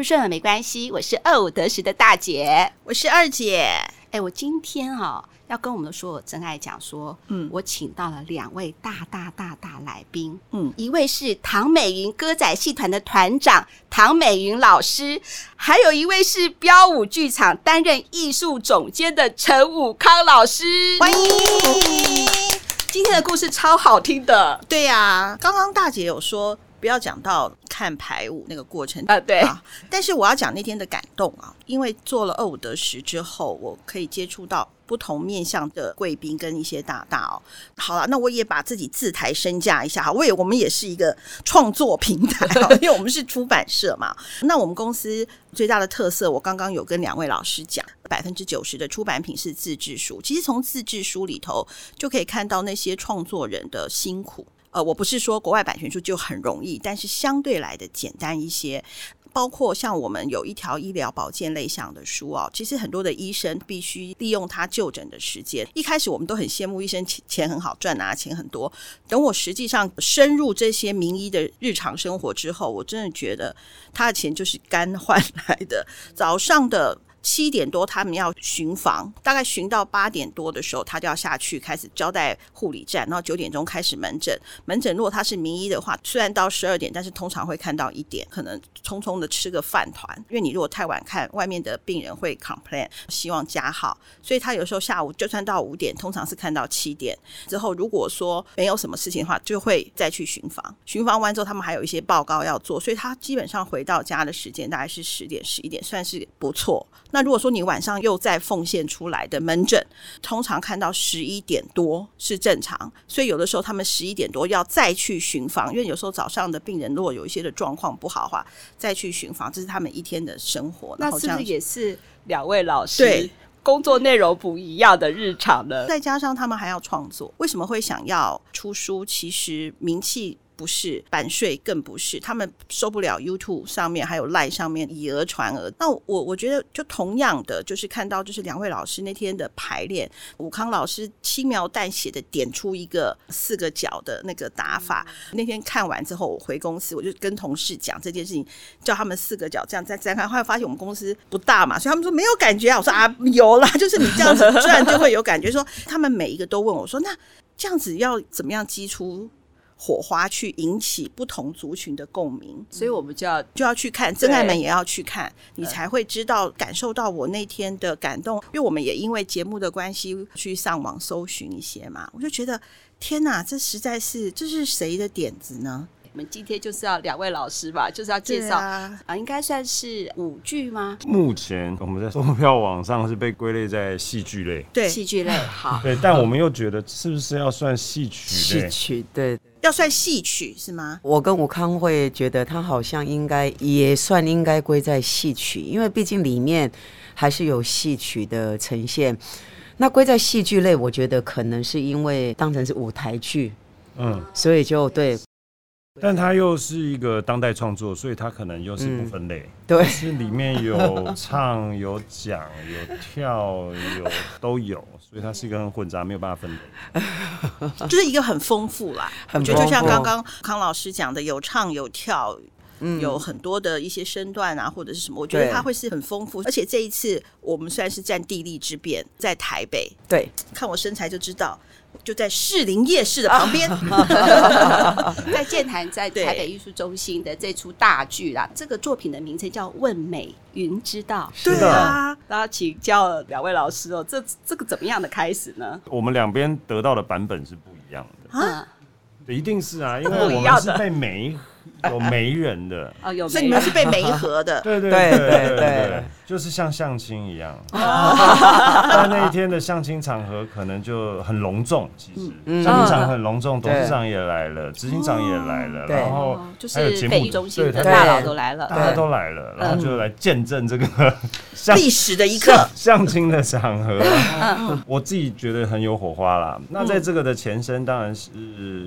顺了没关系，我是25得10的大姐， 我是二姐。 我今天要跟我们的所有真爱讲说，我请到了2位大来宾，一位是唐美云歌仔戏团的团长唐美云老师，还有一位是标舞剧场担任艺术总监的陈武康老师， 欢迎。 今天的故事超好听的。 对啊，刚刚大姐有说不要讲到看排舞那个过程对但是我要讲那天的感动啊，因为做了25得10之后，我可以接触到不同面向的贵宾跟一些大哦。好了，那我也把自己自抬身价一下哈，我们也是一个创作平台因为我们是出版社嘛。那我们公司最大的特色，我刚刚有跟2位老师讲，90%的出版品是自制书。其实从自制书里头就可以看到那些创作人的辛苦。我不是说国外版权书就很容易，但是相对来的简单一些。包括像我们有一条医疗保健类项的书其实很多的医生必须利用他就诊的时间。一开始我们都很羡慕医生钱很好赚钱很多，等我实际上深入这些名医的日常生活之后，我真的觉得他的钱就是干换来的。早上的7点多他们要巡房，大概巡到8点多的时候他就要下去开始交代护理站，然后9点钟开始门诊。门诊如果他是名医的话，虽然到12点，但是通常会看到1点，可能匆匆的吃个饭团，因为你如果太晚看，外面的病人会 complain 希望加号，所以他有时候下午就算到5点，通常是看到7点之后，如果说没有什么事情的话，就会再去巡房。巡房完之后他们还有一些报告要做，所以他基本上回到家的时间大概是10点11点，算是不错。那如果说你晚上又再奉献出来的门诊，通常看到11点多是正常，所以有的时候他们11点多要再去巡房，因为有时候早上的病人如果有一些的状况不好的话，再去巡房，这是他们一天的生活。 那是不是也是2位老师对工作内容不一样的日常呢？ 再加上他们还要创作，为什么会想要出书？其实名气不是，版税更不是，他们受不了 YouTube 上面还有 LINE 上面以讹传讹。那我觉得就同样的，就是看到就是2位老师那天的排练，武康老师轻描淡写的点出一个4个角的那个打法。那天看完之后，我回公司我就跟同事讲这件事情，叫他们4个角这样再看，后来发现我们公司不大嘛，所以他们说没有感觉啊。我说有啦，就是你这样子转就会有感觉。说他们每一个都问我说，那这样子要怎么样激出火花去引起不同族群的共鸣， 所以我们就要去看，真爱们也要去看，你才会知道感受到我那天的感动。因为我们也因为节目的关系去上网搜寻一些嘛，我就觉得天哪，这实在是这是谁的点子呢？ 我们今天就是要2位老师吧，就是要介绍应该算是舞剧吗？ 目前我们在售票网上是被归类在戏剧类， 对， 戏剧类好。 对，但我们又觉得是不是要算戏曲类？ 戏曲对， 要算戏曲是吗？ 我跟武康会觉得他好像应该归在戏曲，因为毕竟里面还是有戏曲的呈现。那归在戏剧类，我觉得可能是因为当成是舞台剧，所以就对。 但它又是一个当代创作，所以它可能又是不分类。 对， 是里面有唱、有讲、有跳、都有，所以它是一个很混杂，没有办法分类。 就是一个很丰富啦，我觉得就像刚刚康老师讲的，有唱有跳。有很多的一些身段啊，或者是什么，我觉得它会是很丰富。而且这一次我们虽然是占地利之便，在台北， 对， 看我身材就知道，就在士林夜市的旁边， 在健谈，在台北艺术中心的这出大剧啦。这个作品的名称叫《问美云知道》。 对啊， 大家请教2位老师这个怎么样的开始呢？ 我们两边得到的版本是不一样的一定是啊，因为我们是被有媒人的所以你们是被媒合的。 对，就是像相亲一样。但那一天的相亲场合可能就很隆重，其实相亲场合很隆重，董事长也来了，执行长也来了，然后还有节目北艺中心的大佬都来了， 大家都来了，然后就来见证这个历史的一刻， 相亲的场合。我自己觉得很有火花啦。那在这个的前身当然是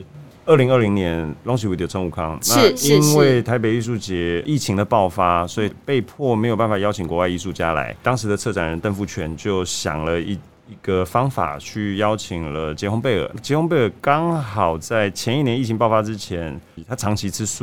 2020年恭喜我的陈武康，那因为台北艺术节疫情的爆发，所以被迫没有办法邀请国外艺术家来。当时的策展人邓富全就想了一个方法，去邀请了杰洪贝尔。杰洪贝尔刚好在前一年疫情爆发之前，他长期吃素，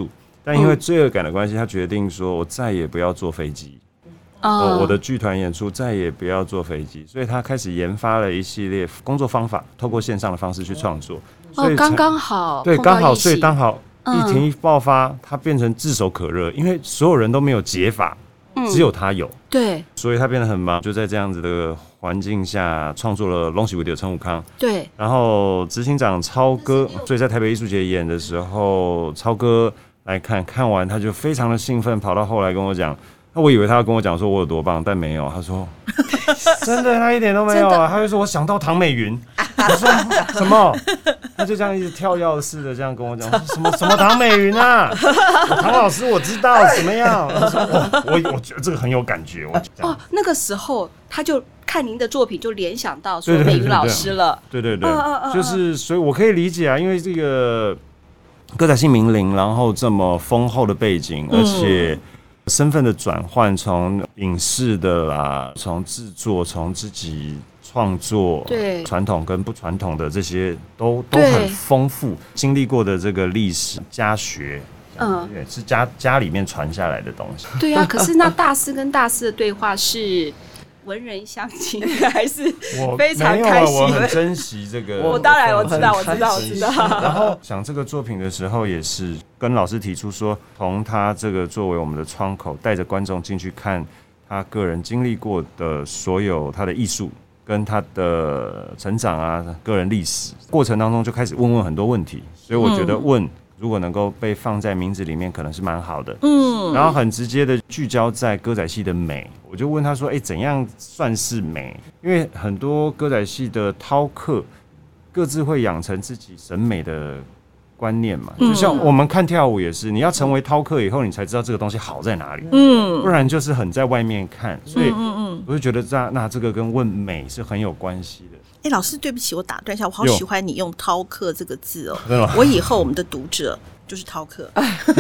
但因为罪恶感的关系，他决定说我再也不要坐飞机。我的剧团演出再也不要坐飞机，所以他开始研发了一系列工作方法，透过线上的方式去创作。 刚刚好， 对，刚好，所以刚好疫情一爆发，他变成炙手可热，因为所有人都没有解法，只有他有。 对， 所以他变得很忙，就在这样子的环境下创作了《拢是为着陈武康》。 对， 然后执行长超哥，所以在台北艺术节演的时候，超哥来看完他就非常的兴奋，跑到后来跟我讲。我以为他要跟我讲说我有多棒，但没有。他说真的，他一点都没有啊。他就说我想到唐美云，我说什么？他就这样一直跳跃式的这样跟我讲，什么唐美云啊？唐老师我知道怎么样？我觉得这个很有感觉。 那个时候他就看您的作品就联想到说美云老师了。 对，就是所以我可以理解啊，因为这个歌仔戏名伶，然后这么丰厚的背景，而且。身份的转换，从影视的啦，从制作，从自己创作， 对传统跟不传统的这些都很丰富，经历过的这个历史家学，是家里面传下来的东西。 对啊，可是那大师跟大师的对话是文人相亲，还是非常开心？ 我很珍惜这个。 我当然我知道。 然后想这个作品的时候，也是跟老师提出说，从他这个作为我们的窗口，带着观众进去看他个人经历过的所有他的艺术跟他的成长啊，个人历史过程当中，就开始问很多问题。所以我觉得如果能够被放在名字里面，可能是蛮好的。然后很直接的聚焦在歌仔戏的美，我就问他说：“怎样算是美？”因为很多歌仔戏的饕客各自会养成自己审美的观念嘛，就像我们看跳舞也是，你要成为饕客以后，你才知道这个东西好在哪里。不然就是很在外面看。所以我就觉得那这个跟问美是很有关系的。 老师，对不起，我打断一下，我好喜欢你用饕客这个字哦。我以后我们的读者就是饕客。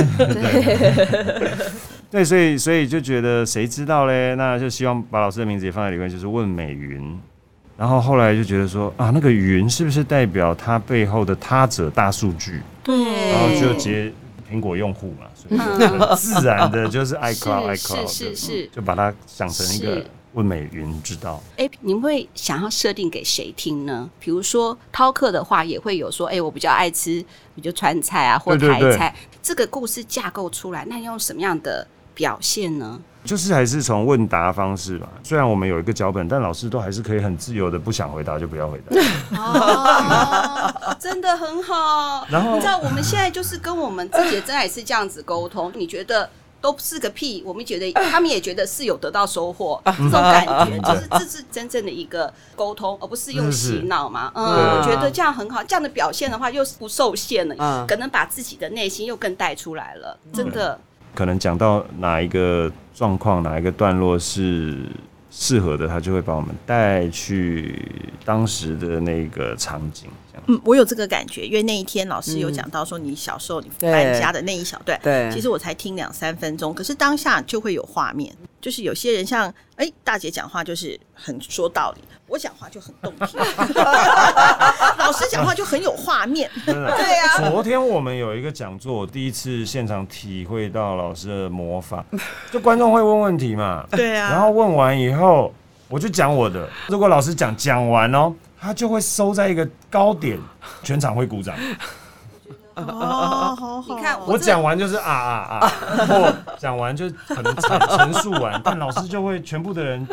对，所以就觉得谁知道嘞？那就希望把老师的名字也放在里面，就是问美云。然后后来就觉得说那个云是不是代表它背后的他者大数据？ 对， 然后就接苹果用户嘛，所以就自然的就是 iCloud， 是， 就把它想成一个。问美云知道， 你们会想要设定给谁听呢？比如说饕客的话，也会有说，我比较爱吃，比如川菜啊，或台菜。这个故事架构出来，那用什么样的表现呢？ 就是还是从问答方式吧。虽然我们有一个脚本，但老师都还是可以很自由的，不想回答就不要回答。真的很好。 然后你知道，我们现在就是跟我们自己的真爱是这样子沟通。你觉得？都是个屁，我们觉得他们也觉得是有得到收获，这种感觉就是这是真正的一个沟通，而不是用洗脑嘛。我觉得这样很好，这样的表现的话又不受限了，可能把自己的内心又更带出来了，真的。 可能讲到哪一个状况，哪一个段落是适合的，他就会把我们带去当时的那个场景。 我有这个感觉，因为那一天老师有讲到说你小时候你搬家的那一小段，其实我才听2-3分钟，可是当下就会有画面，就是有些人像大姐讲话就是很说道理，我讲话就很动听，老师讲话就很有画面。对啊， 昨天我们有一个讲座，我第一次现场体会到老师的魔法，就观众会问问题嘛， 对啊， 然后问完以后我就讲我的，如果老师讲完他就会收在一个高点，全场会鼓掌。 好， 你看我讲完就是或讲完就可能陈述完，但老师就会全部的人。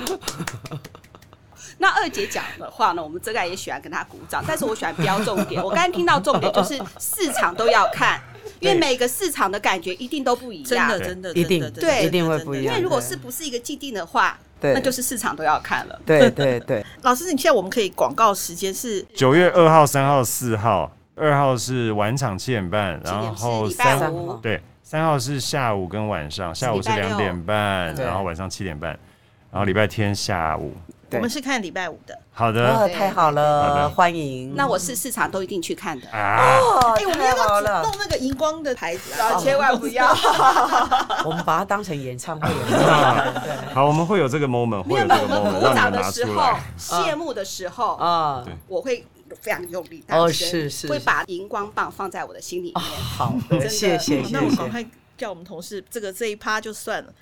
那二姐讲的话呢，我们这个也喜欢跟她鼓掌，但是我喜欢标重点。我刚才听到重点就是4场都要看，因为每个4场的感觉一定都不一样， 真的， 一定对，一定会不一样。 因为如果不是一个既定的话。那就是4场都要看了。 对， 老师，你现在我们可以广告时间是 9月2号、3号、4号。2号是晚场7点半，然后3号是下午跟晚上，下午是2点半，然后晚上7点半，然后礼拜天下午。 我们是看礼拜5的。 好的， 太好了，欢迎。 那我是4场都一定去看的。 我们要不要弄那个荧光的牌子啊？ 千万不要。 我们把它当成演唱会。 好，我们会有这个 moment， 会有这个 moment， 让你们拿出来。 谢幕的时候我会非常用力大声， 是会把荧光棒放在我的心里面。 好的，谢谢。 那我赶快叫我们同事，这一趴就算了。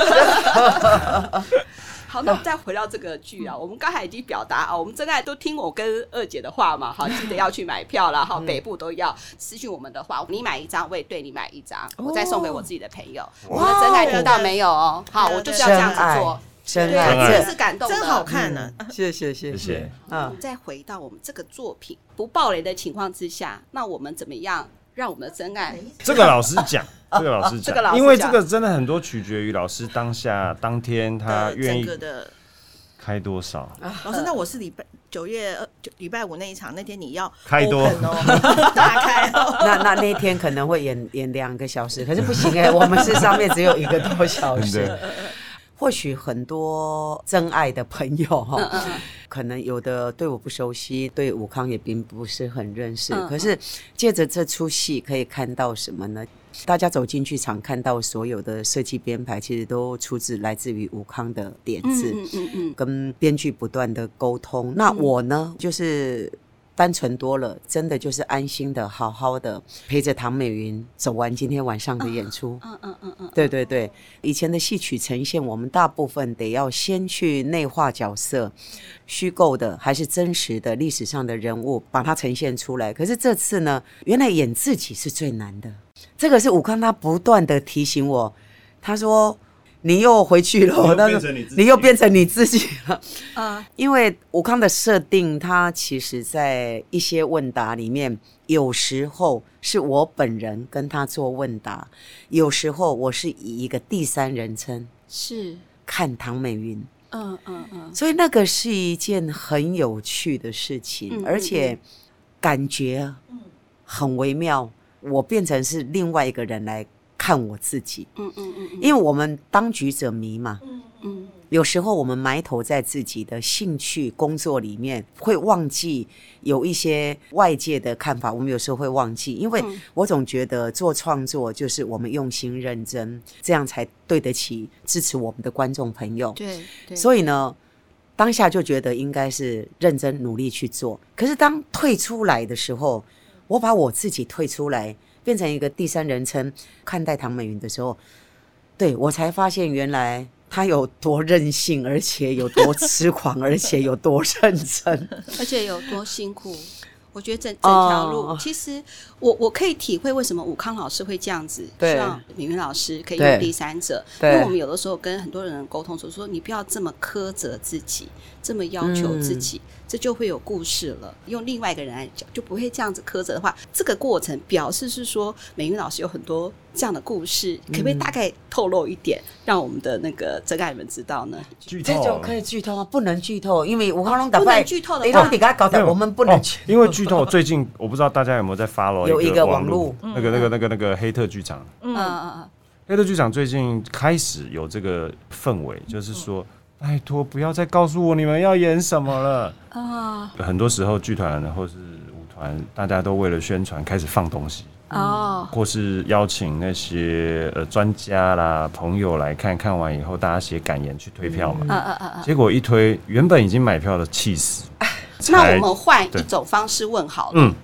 好，那我们再回到这个剧啊，我们刚才已经表达啊，我们真爱都听我跟二姐的话嘛，好，记得要去买票啦，好，北部都要私讯我们的话，你买一张，我也对你买一张，我再送给我自己的朋友。我们真爱听到没有哦？好，我就是要这样子做。 真爱， 真是感动的， 真好看呢！ 谢谢。 我们再回到我们这个作品不爆雷的情况之下，那我们怎么样让我们的真爱？ 这个老师讲，因为这个真的很多取决于老师当天他愿意开多少。 老师，那我是9月礼拜5那一场，那天你要开多打开那一天可能会演2个小时，可是不行我们是上面只有1个多小时。或许很多真爱的朋友可能有的对我不熟悉，对武康也并不是很认识，可是借着这出戏可以看到什么呢？大家走进剧场看到所有的设计编排其实都来自于武康的点子，跟编剧不断的沟通。那我呢就是单纯多了，真的就是安心的好好的陪着唐美云走完今天晚上的演出。对，以前的戏曲呈现我们大部分得要先去内化角色，虚构的还是真实的历史上的人物把它呈现出来。可是这次呢，原来演自己是最难的，这个是武康他不断的提醒我，他说你又回去了，你又变成你自己了。因为武康的设定，他其实在一些问答里面，有时候是我本人跟他做问答，有时候我是以一个第三人称是看唐美云。所以那个是一件很有趣的事情，而且感觉很微妙。我变成是另外一个人来看我自己，因为我们当局者迷嘛，有时候我们埋头在自己的兴趣工作里面，会忘记有一些外界的看法，我们有时候会忘记，因为我总觉得做创作就是我们用心认真，这样才对得起支持我们的观众朋友。 对， 所以呢，当下就觉得应该是认真努力去做。可是当退出来的时候，我把我自己退出来，变成一个第三人称看待唐美云的时候，对，我才发现原来他有多任性，而且有多痴狂，而且有多认真， 而且有多辛苦。我觉得整条路，其实我可以体会为什么武康老师会这样子，希望美云老师可以用第三者，因为我们有的时候跟很多人沟通说你不要这么苛责自己，这么要求自己，这就会有故事了。用另外一个人来讲，就不会这样子苛责的话，这个过程表示是说美云老师有很多这样的故事，可不可以大概透露一点，让我们的那个真爱们知道呢？ 剧透这种可以剧透吗？不能剧透，因为武康龙不能剧透的话， 我们不能剧透， 因为剧透。最近我不知道大家有没有在 follow 有一个网络那个黑特剧场，黑特剧场最近开始有这个氛围，就是说拜托不要再告诉我你们要演什么了很多时候剧团或是舞团，大家都为了宣传开始放东西或是邀请那些专家啦朋友来看完以后大家写感言去推票嘛结果一推原本已经买票的气死那我们换一种方式问好了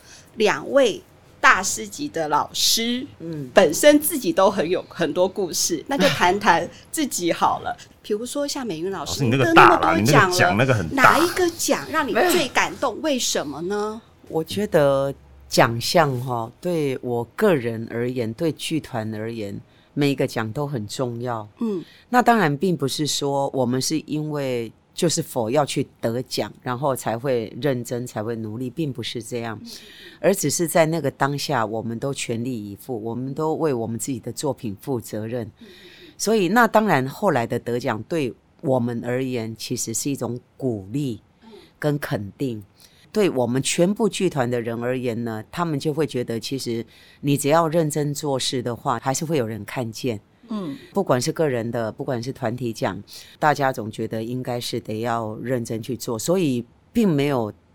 2位大师级的老师本身自己都有很多故事，那就谈谈自己好了。比如说像美云老师， 你得那么多奖了，那个很大， 哪一个奖让你最感动？为什么呢？ 我觉得奖项对我个人而言，对剧团而言，每一个奖都很重要。那当然并不是说我们是因为就是否要去得奖，然后才会认真，才会努力，并不是这样，而只是在那个当下，我们都全力以赴，我们都为我们自己的作品负责任。所以那当然后来的得奖对我们而言其实是一种鼓励跟肯定，对我们全部剧团的人而言呢，他们就会觉得其实你只要认真做事的话，还是会有人看见。不管是个人的，不管是团体奖，大家总觉得应该是得要认真去做，所以并没有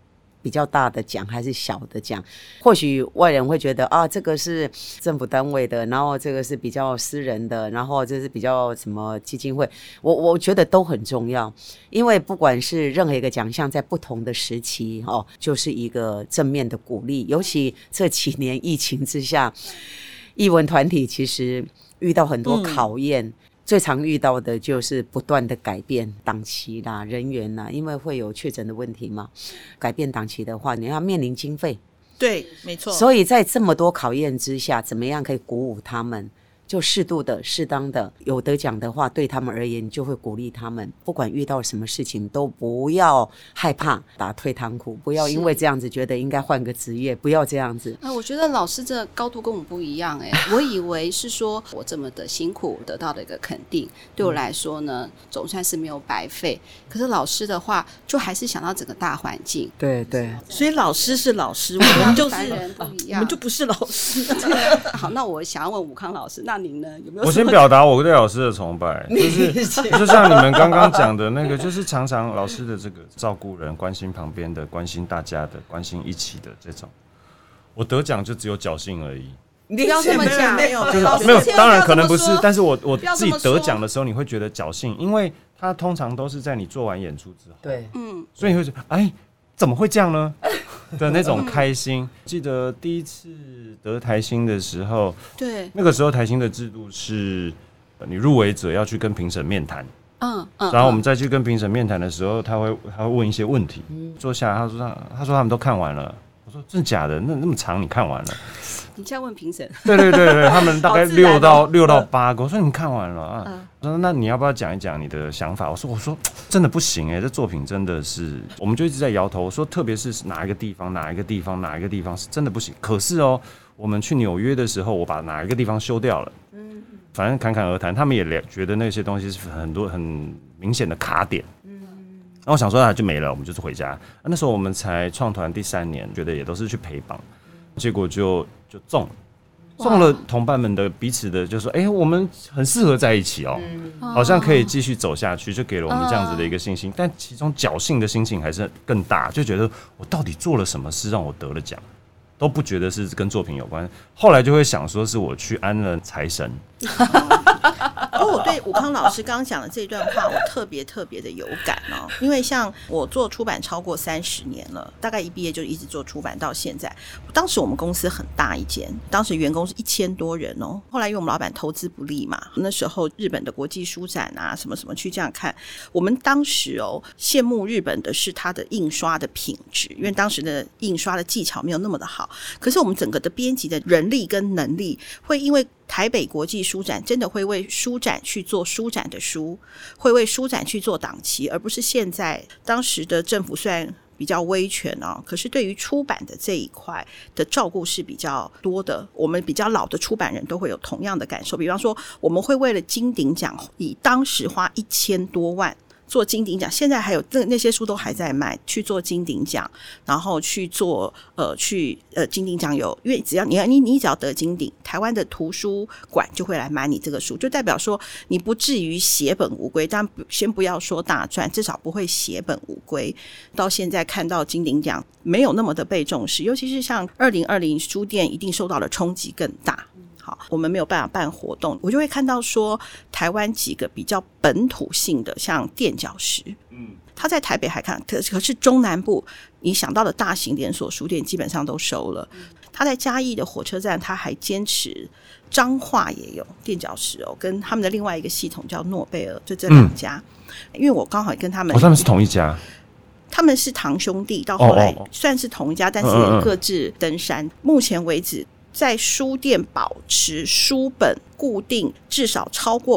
比较大的奖还是小的奖。或许外人会觉得啊，这个是政府单位的，然后这个是比较私人的，然后这是比较什么基金会，我觉得都很重要，因为不管是任何一个奖项，在不同的时期就是一个正面的鼓励。尤其这几年疫情之下，艺文团体其实遇到很多考验。最常遇到的就是不断的改变档期啦、人员啦，因为会有确诊的问题嘛。改变档期的话，你要面临经费， 对，没错。 所以在这么多考验之下，怎么样可以鼓舞他们？就适度的、适当的，有得奖的话，对他们而言，就会鼓励他们，不管遇到什么事情，都不要害怕打退堂鼓，不要因为这样子觉得应该换个职业，不要这样子。 我觉得老师这高度跟我们不一样我以为是说我这么的辛苦得到的一个肯定，对我来说呢，总算是没有白费。可是老师的话，就还是想到整个大环境。 对对， 所以老师是老师，我们就是人不一样， 我们就不是老师。 好，那我想要问武康老师，那您呢？有没有？ 我先表达我对老师的崇拜，就像你们刚刚讲的那个，就是常常老师的这个照顾人、关心旁边的、关心大家的、关心一起的这种，我得奖就只有侥幸而已。 你不要这么讲， 没有， 没有，当然可能不是，但是我自己得奖的时候，你会觉得侥幸，因为它通常都是在你做完演出之后， 对， 所以你会觉得，哎，怎么会这样呢？的那种开心。记得第一次得台新的时候， 对， 那个时候台新的制度是，你入围者要去跟评审面谈，然后我们再去跟评审面谈的时候，他会问一些问题，坐下来他说他们都看完了，我说真的假的？那么长你看完了？ 你这样问评审？ 对，他们大概6到8个。我说你们看完了啊？我说那你要不要讲一讲你的想法？我说真的不行这作品真的是，我们就一直在摇头。我说特别是哪一个地方是真的不行。可是我们去纽约的时候，我把哪一个地方修掉了。反正侃侃而谈，他们也觉得那些东西是很多很明显的卡点。然后我想说就没了，我们就是回家。那时候我们才创团第3年，觉得也都是去陪榜。结果就中了同伴们的彼此的就说我们很适合在一起好像可以继续走下去，就给了我们这样子的一个信心。但其中侥幸的心情还是更大，就觉得我到底做了什么事让我得了奖，都不觉得是跟作品有关。后来就会想说是我去安了财神。 我对武康老师刚刚讲的这段话，我特别的有感因为像我做出版超过30年了，大概一毕业就一直做出版到现在。当时我们公司很大一间，当时员工是1000多人后来因为我们老板投资不利嘛，那时候日本的国际书展啊什么什么去这样看，我们当时羡慕日本的是它的印刷的品质，因为当时的印刷的技巧没有那么的好，可是我们整个的编辑的人力跟能力会因为台北国际书展真的会为书展去做书展的书，会为书展去做档期，而不是现在当时的政府虽然比较威权可是对于出版的这一块的照顾是比较多的。我们比较老的出版人都会有同样的感受，比方说我们会为了金鼎奖以当时花1000多万做金鼎奖，现在还有那些书都还在卖，去做金鼎奖，然后去做金鼎奖因为只要你只要得金鼎，台湾的图书馆就会来买你这个书，就代表说你不至于血本无归。但先不要说大赚，至少不会血本无归。到现在看到金鼎奖没有那么的被重视，尤其是像2020书店一定受到的冲击更大。好，我们没有办法办活动，我就会看到说台湾几个比较本土性的，像垫脚石，他在台北还看，可是中南部你想到的大型连锁书店基本上都收了。他在嘉义的火车站，他还坚持，彰化也有垫脚石跟他们的另外一个系统叫诺贝尔，就这2家。因为我刚好跟他们， 他们是同一家。 他们是堂兄弟，到后来算是同一家，但是也各自登山。目前为止，在书店保持书本固定至少超过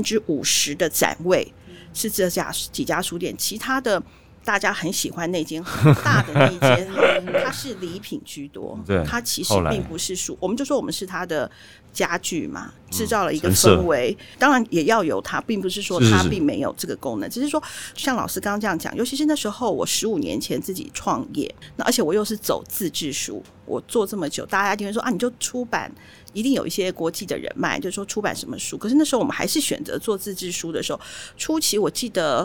50%的展位是这几家书店，其他的大家很喜欢那间很大的那一间它是礼品居多，它其实并不是书，我们就说我们是它的家具嘛，制造了一个氛围，当然也要有它，并不是说它并没有这个功能，只是说像老师刚刚这样讲，尤其是那时候我15年前自己创业，那而且我又是走自制书，我做这么久，大家一定会说你就出版，一定有一些国际的人脉，就是说出版什么书，可是那时候我们还是选择做自制书的时候，初期我记得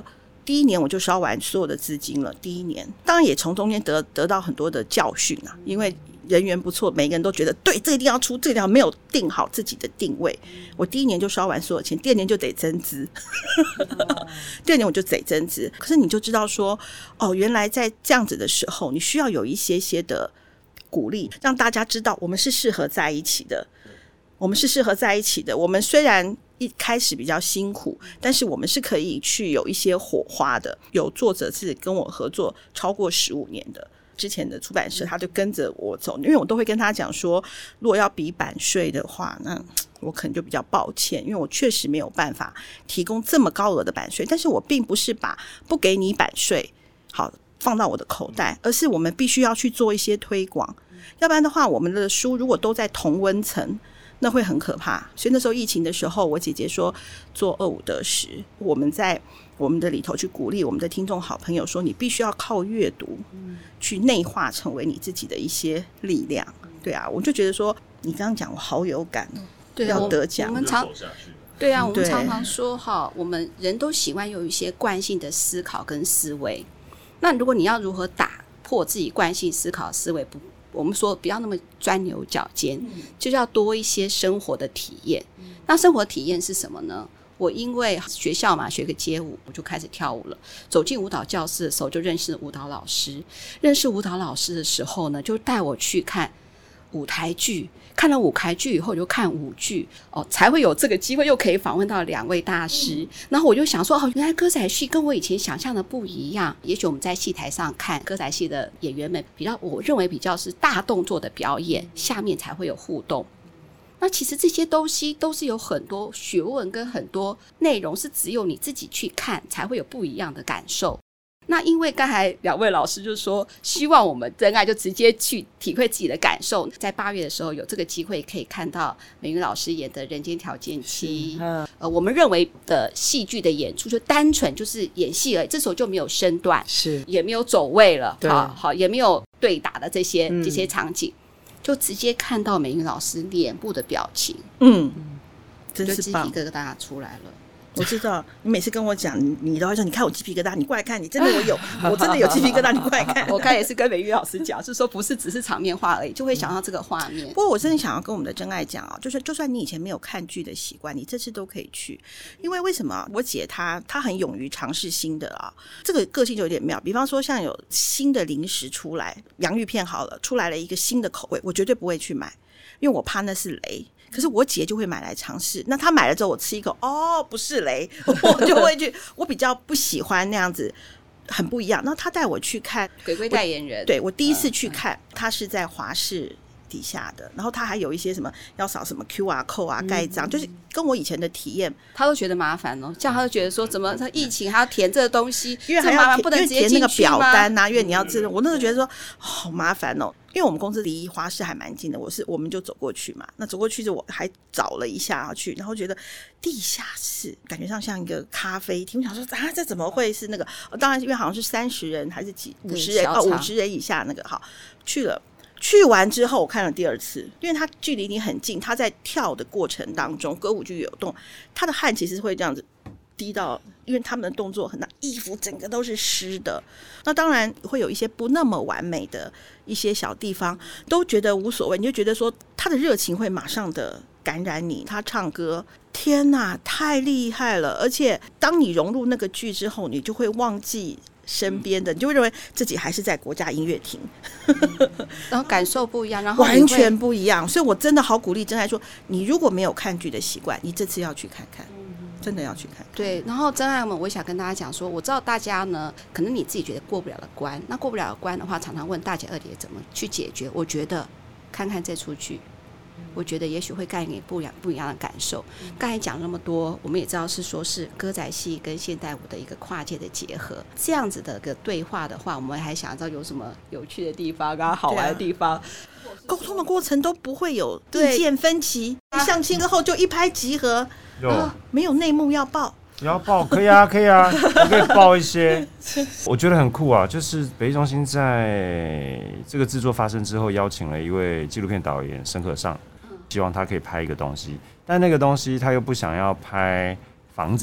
第一年我就烧完所有的资金了。第一年当然也从中间得到很多的教训啊，因为人缘不错，每个人都觉得对，这一定要出，这一定要没有定好自己的定位。我第一年就烧完所有钱，第二年就得增资，第二年我就得增资。可是你就知道说，哦，原来在这样子的时候，你需要有一些些的鼓励，让大家知道我们是适合在一起的，我们是适合在一起的。我们虽然一开始比较辛苦，但是我们是可以去有一些火花的。有作者是跟我合作超过15年的。之前的出版社他就跟着我走，因为我都会跟他讲说，如果要比版税的话，那我可能就比较抱歉，因为我确实没有办法提供这么高额的版税。但是我并不是把不给你版税好放到我的口袋，而是我们必须要去做一些推广，要不然的话我们的书如果都在同温层，那会很可怕。所以那时候疫情的时候，我姐姐说做25得10，我们在我们的里头去鼓励我们的听众好朋友说，你必须要靠阅读去内化成为你自己的一些力量。对啊，我就觉得说你刚刚讲我好有感， 对， 要得奖， 我们对啊，我们常常说哈，我们人都喜欢有一些惯性的思考跟思维。那如果你要如何打破自己惯性思考思维，我们说不要那么钻牛角尖，就是要多一些生活的体验。那生活体验是什么呢？我因为学校嘛，学个街舞，我就开始跳舞了。走进舞蹈教室的时候，就认识舞蹈老师。认识舞蹈老师的时候呢，就带我去看舞台剧。看了舞台剧以后，就看舞剧才会有这个机会，又可以访问到2位大师。然后我就想说，原来歌仔戏跟我以前想象的不一样。也许我们在戏台上看歌仔戏的演员们，我认为比较是大动作的表演，下面才会有互动。那其实这些东西都是有很多学问跟很多内容，是只有你自己去看才会有不一样的感受。那因为刚才2位老师就说希望我们真爱就直接去体会自己的感受，在8月的时候有这个机会可以看到美云老师演的人间条件期。我们认为的戏剧的演出就单纯就是演戏而已，这时候就没有身段，是也没有走位了，好也没有对打的这些场景，就直接看到美云老师脸部的表情，真是棒，就鸡皮疙瘩出来了。 我知道你每次跟我讲，你都会说你看我鸡皮疙瘩，你过来看，你真的我真的有鸡皮疙瘩，你过来看。 我刚才也是跟美玉老师讲，是说不是只是场面话而已，就会想到这个画面。 不过我真的想要跟我们的真爱讲啊，就算你以前没有看剧的习惯，你这次都可以去，因为为什么？我姐她很勇于尝试新的啊，这个个性就有点妙。比方说像有新的零食出来，洋芋片好了，出来了一个新的口味，我绝对不会去买，因为我怕那是雷。可是我姐就会买来尝试，那她买了之后我吃一口，不是雷，我就会去。我比较不喜欢那样子，很不一样。然后她带我去看鬼鬼代言人， 对，我第一次去看，她是在华视底下的，然后他还有一些什么要扫什么 QR code 啊，盖章，就是跟我以前的体验， 他都觉得麻烦哦。这样他就觉得说，怎么他疫情还要填这个东西， 因为还要不能直接填那个表单啊，因为你要知道。 我那时候觉得说好麻烦哦，因为我们公司离华视还蛮近的，我们就走过去嘛。那走过去之后，我还找了一下去，然后觉得地下室感觉像一个咖啡厅，我想说这怎么会是那个？当然因为好像是30人还是50人50人以下那个，好去了。去完之后我看了第2次，因为他距离你很近，他在跳的过程当中歌舞剧有动，他的汗其实会这样子滴到，因为他们的动作很大，衣服整个都是湿的。那当然会有一些不那么完美的一些小地方，都觉得无所谓，你就觉得说他的热情会马上的感染你。他唱歌天哪太厉害了，而且当你融入那个剧之后，你就会忘记身边的，你就会认为自己还是在国家音乐厅， 然后感受不一样，然后完全不一样。所以我真的好鼓励真爱说，你如果没有看剧的习惯，你这次要去看看，真的要去看看。 对，然后真爱们，我想跟大家讲说，我知道大家呢，可能你自己觉得过不了的关，那过不了的关的话，常常问大姐二姐怎么去解决。我觉得看看这出剧，我觉得也许会带给你不一样的感受。刚才讲那么多，我们也知道是说是歌仔戏跟现代舞的一个跨界的结合，这样子的个对话的话，我们还想知道有什么有趣的地方啊，好玩的地方。 沟通的过程都不会有意见分歧，相亲之后就一拍即合，没有内幕要报。 要报可以啊，可以啊，我可以报一些。我觉得很酷啊，就是北艺中心在这个制作发生之后，邀请了一位纪录片导演沈可尚，希望他可以拍一个东西，但那个东西他又不想要拍房子，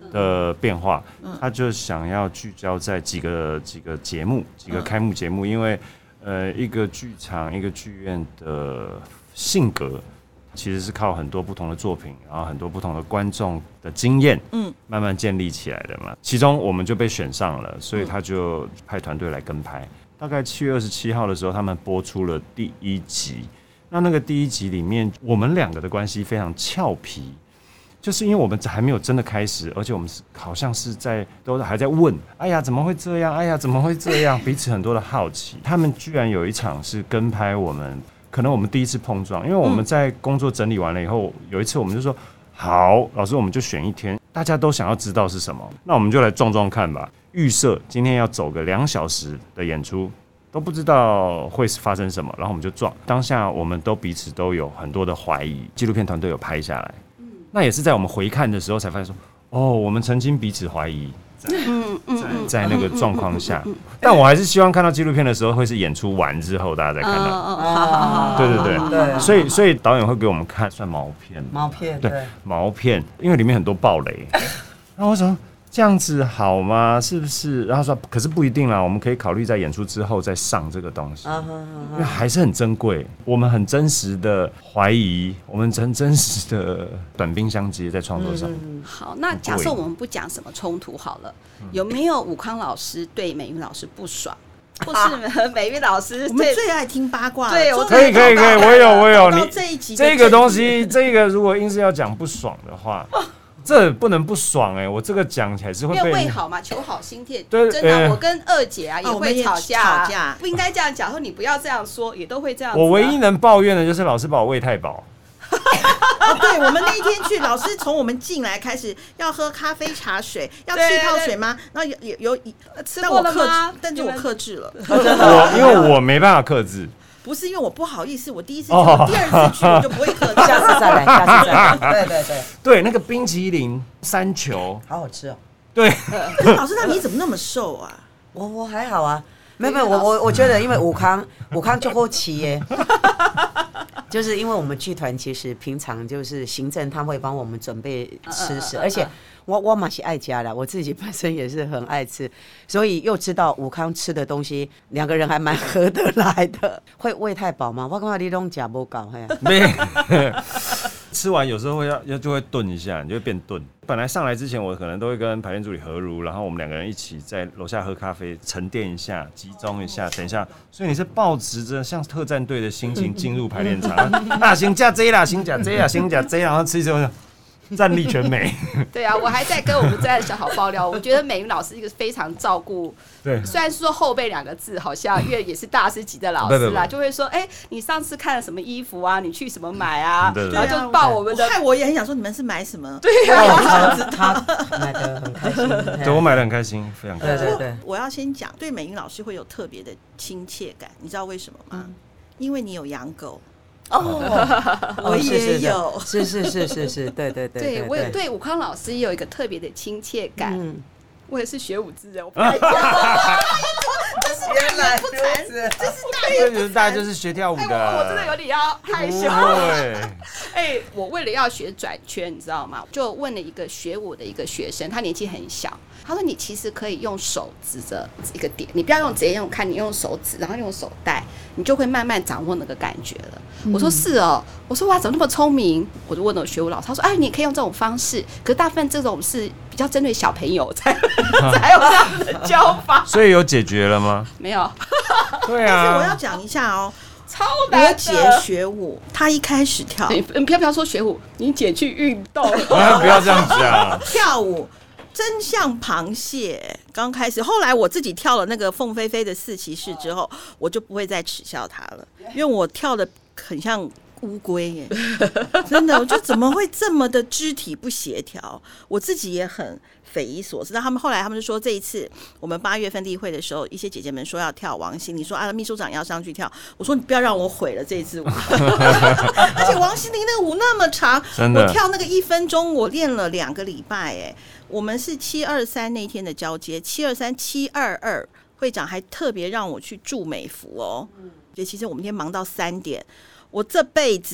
的变化，他就想要聚焦在几个节目，几个开幕节目，因为一个剧场、一个剧院的性格，其实是靠很多不同的作品，然后很多不同的观众的经验，慢慢建立起来的嘛。其中我们就被选上了，所以他就派团队来跟拍。大概7月27号的时候，他们播出了第1集。那个第1集里面，我们2个的关系非常俏皮。就是因为我们还没有真的开始，而且我们好像是都还在问，哎呀怎么会这样？哎呀怎么会这样？彼此很多的好奇。他们居然有一场是跟拍我们，可能我们第一次碰撞，因为我们在工作整理完了以后，有一次我们就说好，老师我们就选一天，大家都想要知道是什么，那我们就来撞撞看吧。预设今天要走个2小时的演出，都不知道会发生什么，然后我们就撞。当下我们都彼此都有很多的怀疑，纪录片团队有拍下来。那也是在我们回看的时候才发现说，哦，我们曾经彼此怀疑，在那个状况下，但我还是希望看到纪录片的时候会是演出完之后大家再看到。对，所以导演会给我们看算毛片，对，毛片，因为里面很多爆雷。然后我说这样子好吗？是不是？然后说可是不一定啦，我们可以考虑在演出之后再上这个东西，因为还是很珍贵。我们很真实的怀疑，我们很真实的短兵相接在创作上。 好，那假设我们不讲什么冲突好了，有没有武康老师对美云老师不爽？或是美云老师， 我们最爱听八卦。 对， 可以，我有。你这一集这个东西，这个如果硬是要讲不爽的话。这不能不爽我这个讲起来是会被。 因为为好嘛，求好心切。真的，我跟二姐也会吵架，不应该这样讲，说你不要这样说，也都会这样。 我唯一能抱怨的就是老师把我喂太饱。 对，我们那一天去，老师从我们进来开始要喝咖啡、茶水，要气泡水吗？然后有吃过了吗？ 但是我克制了。 因为我没办法克制。 不是因为我不好意思，我第一次去，我第二次去我就不会克制。 下次再来。 对，那个冰淇淋3球， 好好吃哦。 对， 老师，那你怎么那么瘦啊？ 我还好啊，没有，我觉得因为武康就好吃耶。就是因为我们剧团其实平常就是行政他会帮我们准备吃食，而且我嘛是爱家啦，我自己本身也是很爱吃，所以又知道武康吃的东西2个人还蛮合得来的。会喂太饱吗？我感觉你都吃不够没吃完有时候就会顿一下，你就会变顿。本来上来之前，我可能都会跟排练助理何如，然后我们2个人一起在楼下喝咖啡，沉淀一下，集中一下，等一下。所以你是抱持着像特战队的心情进入排练场啊，行加 J 啦，行加 J 啦，行加 J， 然后吃之后战力全美。 对啊，我还在跟我们最爱的小好爆料，我觉得美云老师一个非常照顾。对，虽然说后辈2个字好像因为也是大师级的老师啦，就会说，你上次看了什么衣服啊？你去什么买啊？然后就报我们的。 害我也很想说，你们是买什么？ 对啊， 他买的很开心。 对，我买的很开心，非常开心。 对，我要先讲，对美云老师会有特别的亲切感，你知道为什么吗？因为你有养狗。我也有， 是，对。 对，我也对武康老师也有一个特别的亲切感。我也是学武之人，我不敢讲。这是大言不惭，这是大言不惭。 大家就是学跳舞的， 我真的有点要害羞。我为了要学转圈，你知道吗？就问了一个学舞的一个学生，他年纪很小。他说：“你其实可以用手指着一个点，你不要直接用看，你用手指，然后用手带，你就会慢慢掌握那个感觉了。”我说：“是哦。”我说：“哇，怎么那么聪明？”我就问了学舞老师，他说：“你可以用这种方式，可是大部分这种是比较针对小朋友才有这样的教法。” 所以有解决了吗？ 没有。 对啊。但是我要讲一下哦。 超难的。 我姐学舞，她一开始跳， 你不要说学舞，你姐去运动。 不要这样讲。 跳舞真像螃蟹，刚开始，后来我自己跳了那个凤飞飞的4骑士之后，我就不会再耻笑她了，因为我跳的很像乌龟耶，真的，我就怎么会这么的肢体不协调？我自己也很匪夷所思。那后来他们就说，这一次我们8月份例会的时候，一些姐姐们说要跳王心凌，说秘书长要上去跳，我说你不要让我毁了这一次舞。而且王心凌那个舞那么长，我跳那个1分钟，我练了2个礼拜哎。我们是723那天的交接，723、722，会长还特别让我去住美孚哦。其实我们今天忙到3点，我这辈子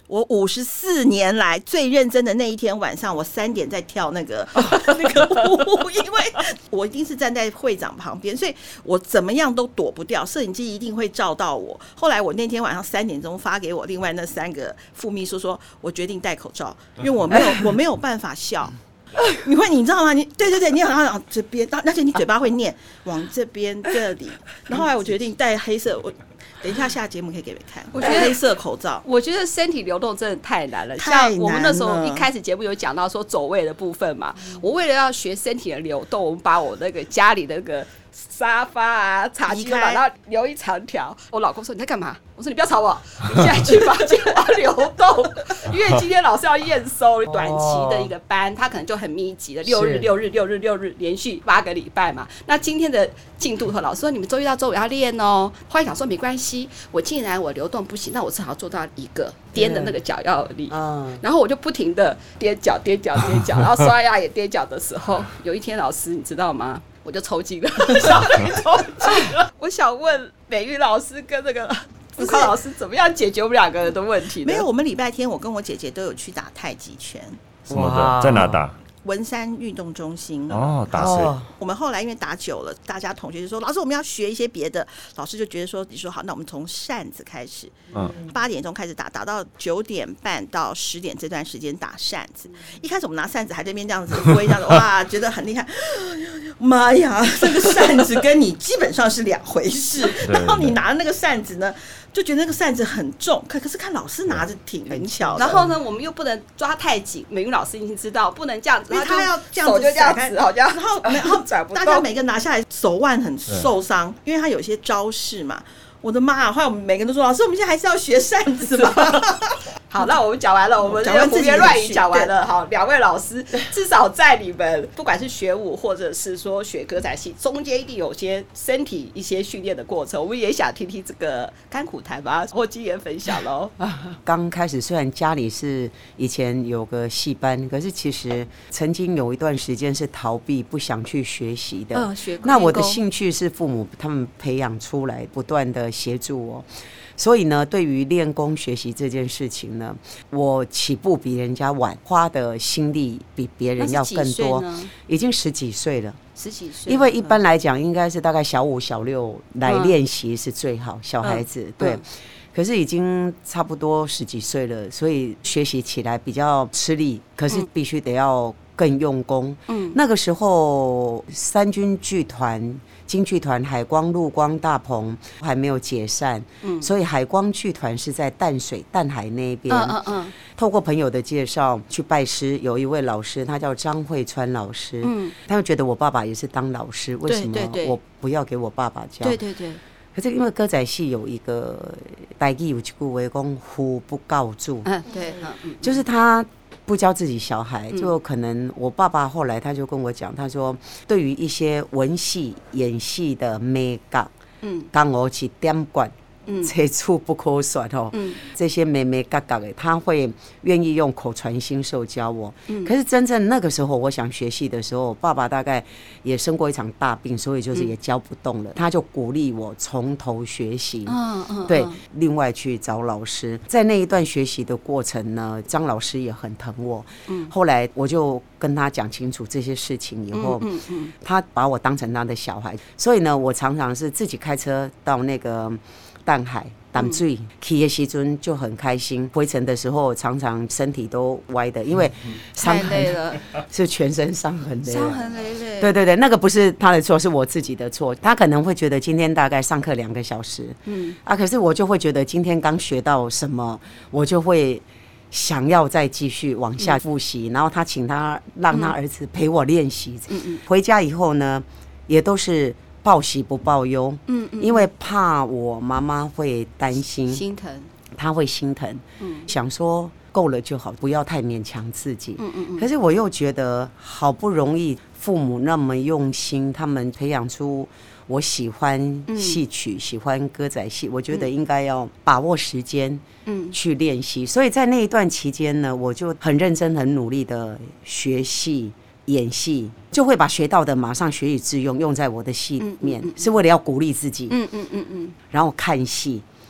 我54年来最认真的那一天晚上，我3点在跳那个舞，因为我一定是站在会长旁边，所以我怎么样都躲不掉，摄影机一定会照到我。后来我那天晚上3点钟发给我另外那3个副秘书说，我决定戴口罩，因为我没有办法笑。你知道吗？对，你好像这边，而且你嘴巴会念往这边这里。然后后来我决定戴黑色，我等一下下节目可以给你们看。我觉得黑色口罩， 我觉得身体流动真的太难了。像我们那时候一开始节目有讲到说走位的部分嘛，我为了要学身体的流动，我们把我那个家里的那个沙发啊、茶几都把它留一长条。我老公说你在干嘛？我说你不要吵我，你现在去房间我要流动，因为今天老师要验收短期的一个班，他可能就很密集的6日连续8个礼拜嘛。那今天的进度和老师说你们周一到周五要练哦。后来想说没关系，我既然我流动不行，那我至少做到一个踮的那个脚要力，然后我就不停的踮脚，然后刷牙也踮脚的时候，有一天老师你知道吗？我就抽筋了，我想问美玉老师跟那个傅康老师怎么样解决我们2个人的问题呢？ 没有，我们礼拜天我跟我姐姐都有去打太极拳。 什么的？在哪打？ 文山运动中心。 打谁？ 我们后来因为打久了，大家同学就说老师我们要学一些别的，老师就觉得说你说好，那我们从扇子开始，8点钟开始打到9点半到10点这段时间打扇子。一开始我们拿扇子还在那边这样子挥这样子，哇，觉得很厉害。妈呀，这个扇子跟你基本上是2回事。然后你拿那个扇子呢，就觉得那个扇子很重，可是看老师拿着挺灵巧的。 然后呢，我们又不能抓太紧，美玉老师已经知道不能这样子， 因为他要这样子， 手就这样子，好像然后大家每个拿下来手腕很受伤，因为他有些招式嘛。我的妈啊！后来我们每个人都说：“老师，我们现在还是要学扇子吧。” 好，那我们讲完了，我们这个胡言乱语讲完了。好，2位老师至少在你们不管是学舞或者是说学歌仔戏，中间一定有些身体一些训练的过程。我们也想听听这个甘苦谈吧，或经验分享喽。 刚开始虽然家里是以前有个戏班，可是其实曾经有一段时间是逃避不想去学习的。那我的兴趣是父母他们培养出来，不断的协助我。所以呢，对于练功学习这件事情呢，我起步比人家晚，花的心力比别人要更多，已经10几岁了。 10几岁， 因为一般来讲，应该是大概小5、小6来练习是最好，小孩子对。可是已经差不多10几岁了，所以学习起来比较吃力，可是必须得要更用功。那个时候三军剧团、京剧团、海光、陆光、大鹏还没有解散，所以海光剧团是在淡水、淡海那边。透过朋友的介绍去拜师，有一位老师，他叫张慧川老师。他就觉得我爸爸也是当老师，为什么我不要给我爸爸教？ 对。 可是因为歌仔戏有一个台语有一句话讲“父不告主”，就是他不教自己小孩，就可能我爸爸后来他就跟我讲，他说对于一些文戏演戏的美感，刚我去点管。这处不可算哦，这些妹妹嘎嘎的，他会愿意用口传心授教我。可是真正那个时候，我想学戏的时候，爸爸大概也生过一场大病，所以就是也教不动了。他就鼓励我从头学习，对，另外去找老师。在那一段学习的过程呢，张老师也很疼我。后来我就跟他讲清楚这些事情以后，他把我当成他的小孩，所以呢，我常常是自己开车到那个淡海淡水去的时阵就很开心，回程的时候常常身体都歪的，因为太累了， 是全身伤痕累累， 伤痕累累。 对，那个不是他的错，是我自己的错。他可能会觉得今天大概上课2个小时，可是我就会觉得今天刚学到什么，我就会想要再继续往下复习，然后他请他让他儿子陪我练习。回家以后呢，也都是报喜不报忧，因为怕我妈妈会担心心疼， 她会心疼，想说够了就好，不要太勉强自己。可是我又觉得好不容易父母那么用心，他们培养出我喜欢戏曲，喜欢歌仔戏，我觉得应该要把握时间去练习。所以在那一段期间呢，我就很认真很努力的学戏演戏，就会把学到的马上学以致用，用在我的戏里面，是为了要鼓励自己。然后看戏，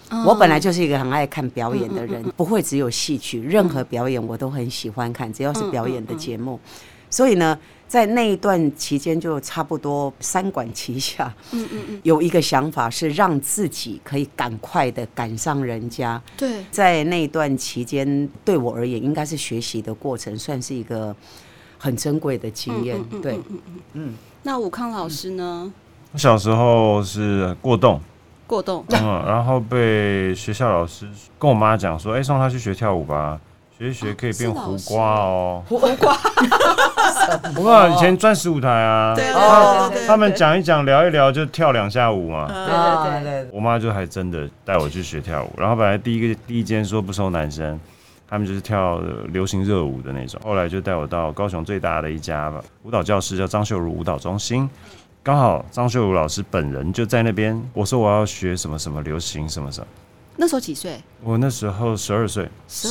我本来就是一个很爱看表演的人，不会只有戏曲，任何表演我都很喜欢看，只要是表演的节目。所以呢，在那一段期间，就差不多3管齐下。有一个想法是让自己可以赶快的赶上人家。 对， 在那一段期间，对我而言，应该是学习的过程，算是一个很珍贵的经验。对， 那武康老师呢？ 我小时候是过动，然后被学校老师跟我妈讲说，送他去学跳舞吧。学一学可以变胡瓜哦， 胡瓜， 胡瓜以前钻石舞台啊， 对， 他们讲一讲聊一聊就跳2下舞嘛， 对， 我妈就还真的带我去学跳舞，然后本来第一间说不收男生，他们就是跳流行热舞的那种，后来就带我到高雄最大的一家舞蹈教室，叫张秀如舞蹈中心。刚好张秀如老师本人就在那边，我说我要学什么什么流行什么什么。 那时候几岁？ 我那时候12岁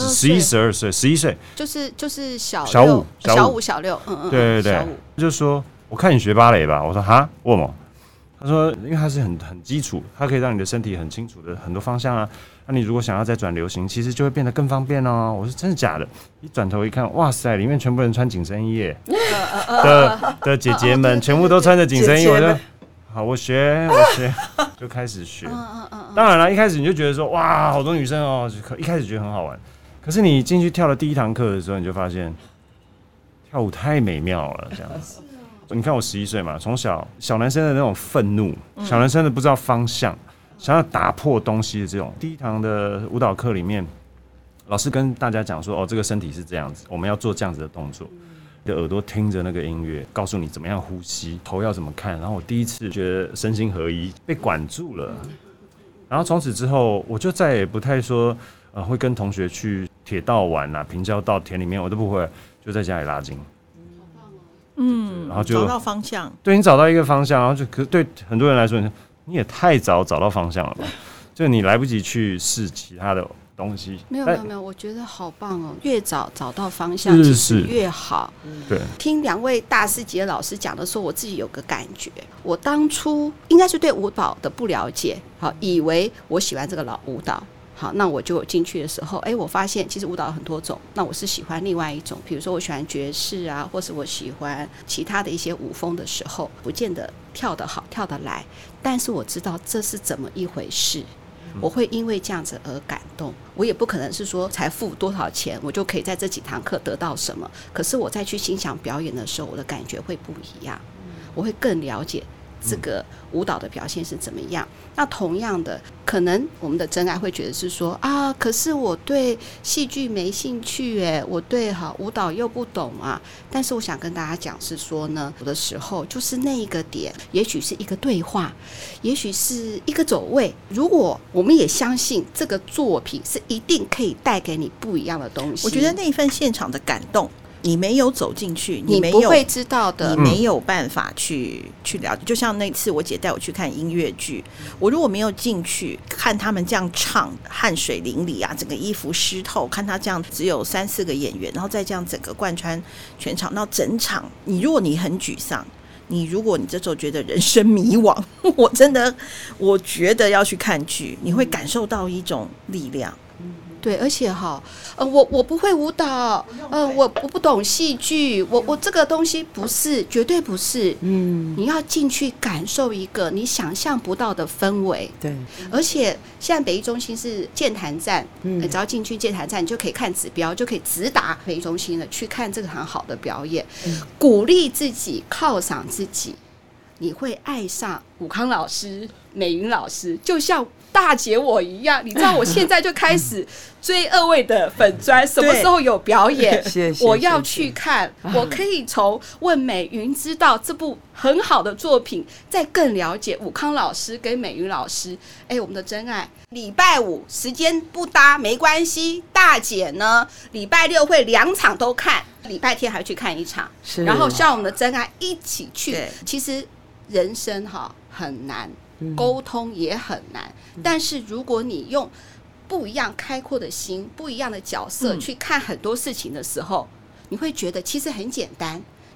，11 岁， 就是小 5、 小6， 对，就说我看你学芭蕾吧，我说哈，为什么？他说因为它是很基础，它可以让你的身体很清楚的很多方向啊。那你如果想要再转流行，其实就会变得更方便哦。我说真的假的？一转头一看，哇塞，里面全部人穿紧身衣耶的姐姐们全部都穿着紧身衣，我就好，我学就开始学。当然了，一开始你就觉得说哇，好多女生哦，一开始觉得很好玩。可是你进去跳了第一堂课的时候，你就发现跳舞太美妙了，这样子。你看我11岁嘛，从小男生的那种愤怒，小男生的不知道方向，想要打破东西的这种。第一堂的舞蹈课里面，老师跟大家讲说，这个身体是这样子，我们要做这样子的动作。你的耳朵听着那个音乐，告诉你怎么样呼吸，头要怎么看。然后我第一次觉得身心合一，被管住了。然后从此之后，我就再也不太说，会跟同学去铁道玩啊、平交道、田里面，我都不会，就在家里拉筋。然后就找到方向。 对，你找到一个方向，然后可是对很多人来说，你也太早找到方向了吧？就你来不及去试其他的东西。 没有，我觉得好棒哦！越早找到方向，其实越好。 对， 听2位大师级的老师讲的时候，我自己有个感觉，我当初应该是对舞蹈的不了解，好，以为我喜欢这个老舞蹈。好，那我就进去的时候，我发现其实舞蹈有很多种。那我是喜欢另外一种，比如说我喜欢爵士啊，或是我喜欢其他的一些舞风的时候，不见得跳得好、跳得来，但是我知道这是怎么一回事。我会因为这样子而感动，我也不可能是说才付多少钱我就可以在这几堂课得到什么，可是我再去欣赏表演的时候，我的感觉会不一样，我会更了解这个舞蹈的表现是怎么样。那同样的，可能我们的真爱会觉得是说啊，可是我对戏剧没兴趣我对舞蹈又不懂啊。但是我想跟大家讲是说呢，有的时候就是那一个点，也许是一个对话，也许是一个走位，如果我们也相信这个作品是一定可以带给你不一样的东西。 我觉得那一份现场的感动，你没有走进去， 你不会知道的， 你没有办法去了解。就像那次我姐带我去看音乐剧，我如果没有进去看他们这样唱，汗水淋漓啊，整个衣服湿透，看他这样只有3-4个演员，然后再这样整个贯穿全场，到整场，如果你很沮丧，如果你这时候觉得人生迷惘，我觉得要去看剧，你会感受到一种力量。 对，而且我不会舞蹈，我不懂戏剧，我这个东西不是，绝对不是。你要进去感受一个你想象不到的氛围。 对， 而且现在北艺中心是健谈站，只要进去健谈站，你就可以看指标，就可以直达北艺中心了，去看这个很好的表演，鼓励自己，犒赏自己，你会爱上武康老师、美云老师，就像大姐我一样。你知道我现在就开始追2位的粉专，什么时候有表演我要去看，我可以从问美云知道这部很好的作品，再更了解武康老师跟美云老师。我们的真爱礼拜5时间不搭没关系，大姐呢礼拜6会2场都看，礼拜天还去看1场，然后像我们的真爱一起去。其实人生很难，沟通也很难，但是如果你用不一样开阔的心，不一样的角色去看很多事情的时候，你会觉得其实很简单，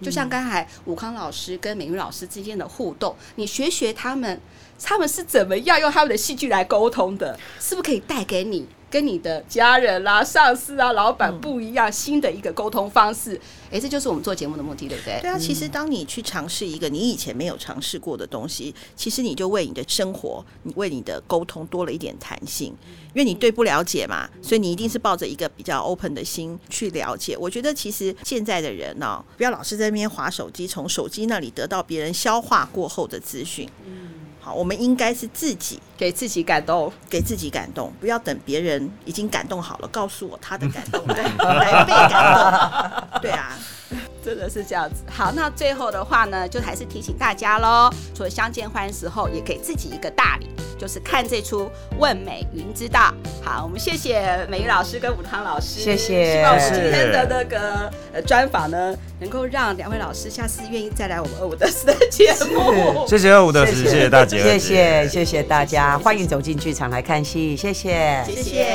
就像刚才武康老师跟美云老师之间的互动，你学他们是怎么样用他们的戏剧来沟通的，是不是可以带给你跟你的家人啦、上司啊、老板不一样新的一个沟通方式？这就是我们做节目的目的，对不对？ 对啊，其实当你去尝试一个你以前没有尝试过的东西，其实你就为你的生活，你为你的沟通多了一点弹性，因为你对不了解嘛，所以你一定是抱着一个比较 open 的心去了解。我觉得其实现在的人不要老是在那边滑手机，从手机那里得到别人消化过后的资讯。好，我们应该是自己给自己感动， 不要等别人已经感动好了告诉我他的感动来被感动。对啊， 真的是这样子。好，那最后的话呢，就还是提醒大家咯，除了相见欢时候，也给自己一个大礼，就是看这出《问美云知道》。好，我们谢谢美云老师跟武康老师， 谢谢。 希望我们今天的那个专访呢，能够让两位老师下次愿意再来我们25得4的节目。 谢谢25得10，谢谢大姐， 谢谢大家，欢迎走进剧场来看戏，谢谢。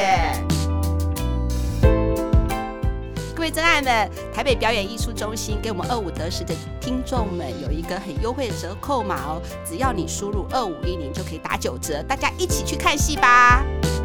各位真爱们，台北表演艺术中心给我们25得10的听众们有一个很优惠的折扣码哦，只要你输入2510就可以打9折，大家一起去看戏吧。